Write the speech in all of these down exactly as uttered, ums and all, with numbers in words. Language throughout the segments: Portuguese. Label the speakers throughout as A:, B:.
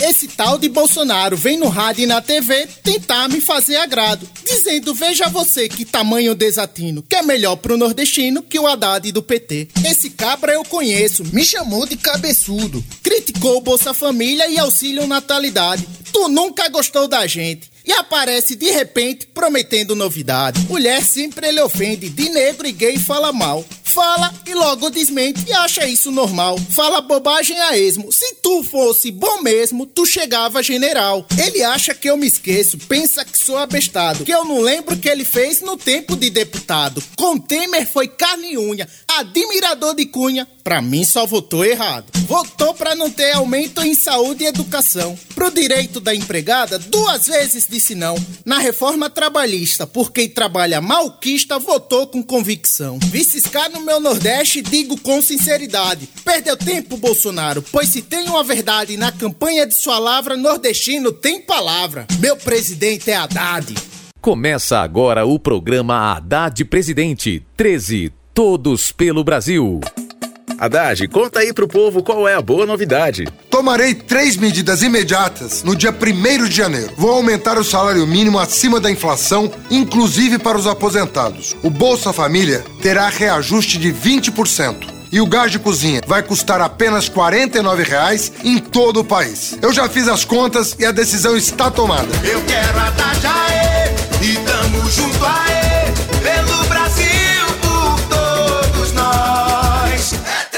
A: Esse tal de Bolsonaro vem no rádio e na T V tentar me fazer agrado, dizendo, veja você que tamanho desatino, que é melhor pro nordestino que o Haddad do P T. Esse cabra eu conheço, me chamou de cabeçudo, criticou o Bolsa Família e auxílio natalidade. Tu nunca gostou da gente. E aparece de repente prometendo novidade. Mulher sempre ele ofende, de negro e gay fala mal. Fala e logo desmente e acha isso normal. Fala bobagem a esmo. Se tu fosse bom mesmo, tu chegava general. Ele acha que eu me esqueço, pensa que sou abestado, que eu não lembro o que ele fez no tempo de deputado. Com Temer foi carne e unha, admirador de Cunha, pra mim só votou errado. Votou pra não ter aumento em saúde e educação. Pro direito da empregada, duas vezes disse não. Na reforma trabalhista, por quem trabalha malquista, votou com convicção. Vi ciscar no meu Nordeste, digo com sinceridade. Perdeu tempo, Bolsonaro, pois se tem uma verdade na campanha de sua lavra, nordestino tem palavra. Meu presidente é Haddad.
B: Começa agora o programa Haddad Presidente, treze, todos pelo Brasil.
C: Haddad, conta aí pro povo qual é a boa novidade.
D: Tomarei três medidas imediatas no dia primeiro de janeiro. Vou aumentar o salário mínimo acima da inflação, inclusive para os aposentados. O Bolsa Família terá reajuste de vinte por cento. E o gás de cozinha vai custar apenas quarenta e nove reais em todo o país. Eu já fiz as contas e a decisão está tomada.
E: Eu quero Haddad, aê, e tamo junto, aê, pelo Brasil, por todos nós.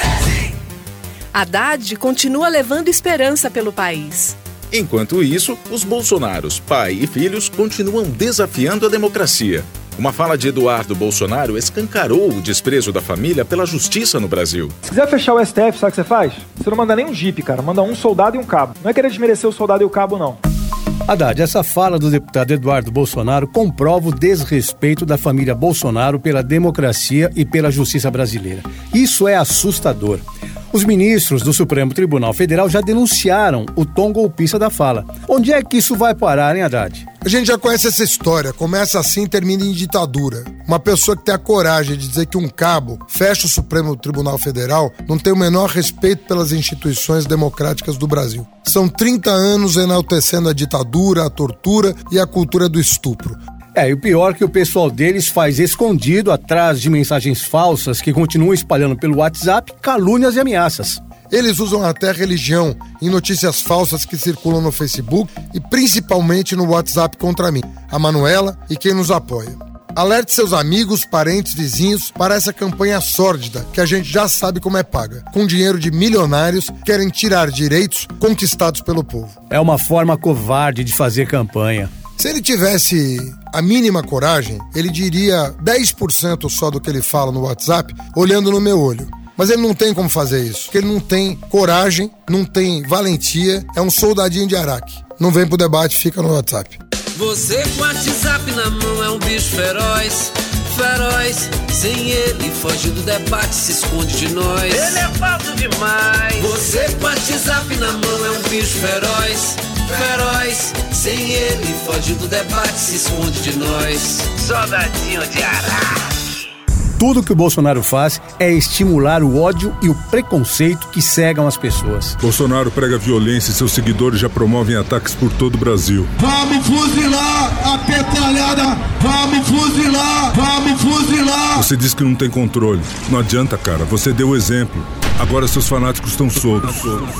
F: Haddad continua levando esperança pelo país.
C: Enquanto isso, os Bolsonaros, pai e filhos, continuam desafiando a democracia. Uma fala de Eduardo Bolsonaro escancarou o desprezo da família pela justiça no Brasil.
G: Se quiser fechar o S T F, sabe o que você faz? Você não manda nem um jipe, cara. Manda um soldado e um cabo. Não é querer desmerecer o soldado e o cabo, não.
H: Haddad, essa fala do deputado Eduardo Bolsonaro comprova o desrespeito da família Bolsonaro pela democracia e pela justiça brasileira. Isso é assustador. Os ministros do Supremo Tribunal Federal já denunciaram o tom golpista da fala. Onde é que isso vai parar, hein, Haddad?
D: A gente já conhece essa história. Começa assim e termina em ditadura. Uma pessoa que tem a coragem de dizer que um cabo fecha o Supremo Tribunal Federal não tem o menor respeito pelas instituições democráticas do Brasil. São trinta anos enaltecendo a ditadura, a tortura e a cultura do estupro.
H: É, e o pior é que o pessoal deles faz escondido atrás de mensagens falsas que continuam espalhando pelo WhatsApp calúnias e ameaças.
D: Eles usam até religião em notícias falsas que circulam no Facebook e principalmente no WhatsApp contra mim, a Manuela e quem nos apoia. Alerte seus amigos, parentes, vizinhos para essa campanha sórdida que a gente já sabe como é paga. Com dinheiro de milionários, querem tirar direitos conquistados pelo povo.
H: É uma forma covarde de fazer campanha.
D: Se ele tivesse a mínima coragem, ele diria dez por cento só do que ele fala no WhatsApp, olhando no meu olho. Mas ele não tem como fazer isso, porque ele não tem coragem, não tem valentia, é um soldadinho de Araque. Não vem pro debate, fica no WhatsApp.
I: Você com o WhatsApp na mão é um bicho feroz, feroz. Sem ele, foge do debate, se esconde de nós. Ele é falso demais. Você com o WhatsApp na mão é um bicho feroz, feroz. Sem ele, foge do debate, se esconde de nós. Soldadinho de Araque.
H: Tudo que o Bolsonaro faz é estimular o ódio e o preconceito que cegam as pessoas.
J: Bolsonaro prega violência e seus seguidores já promovem ataques por todo o Brasil.
K: Vamos fuzilar a petralhada! Vamos fuzilar! Vamos fuzilar!
J: Você diz que não tem controle. Não adianta, cara. Você deu o exemplo. Agora seus fanáticos estão soltos.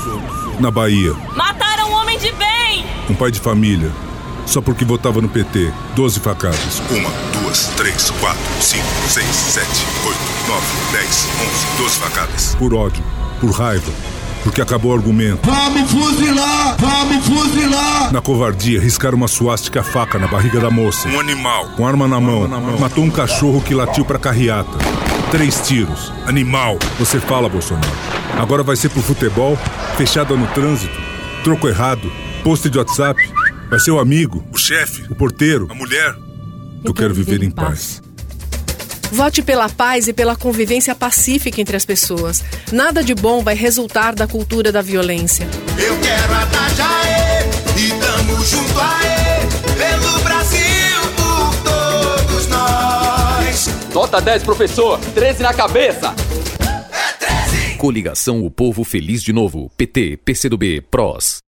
J: Na Bahia.
L: Mataram um homem de bem!
J: Um pai de família. Só porque votava no P T. doze facadas.
M: Uma, duas, três, quatro, cinco, seis, sete, oito, nove, dez, onze, doze facadas.
J: Por ódio, por raiva, porque acabou o argumento.
K: Vamos fuzilar! Vamos fuzilar!
J: Na covardia, riscaram uma suástica faca na barriga da moça.
M: Um animal.
J: Com arma na mão, na mão. Matou um cachorro que latiu pra carreata. Três tiros.
M: Animal.
J: Você fala, Bolsonaro. Agora vai ser pro futebol, fechada no trânsito, troco errado, post de WhatsApp. Vai ser o amigo,
M: o chefe,
J: o porteiro,
M: a mulher.
J: Eu, Eu quero viver em paz.
F: Vote pela paz e pela convivência pacífica entre as pessoas. Nada de bom vai resultar da cultura da violência.
E: Eu quero Haddad, aê, e tamo junto, aê, pelo Brasil, por todos nós.
N: Nota dez, professor, treze na cabeça.
B: Coligação O Povo Feliz de Novo, P T, P C do B, P R O S.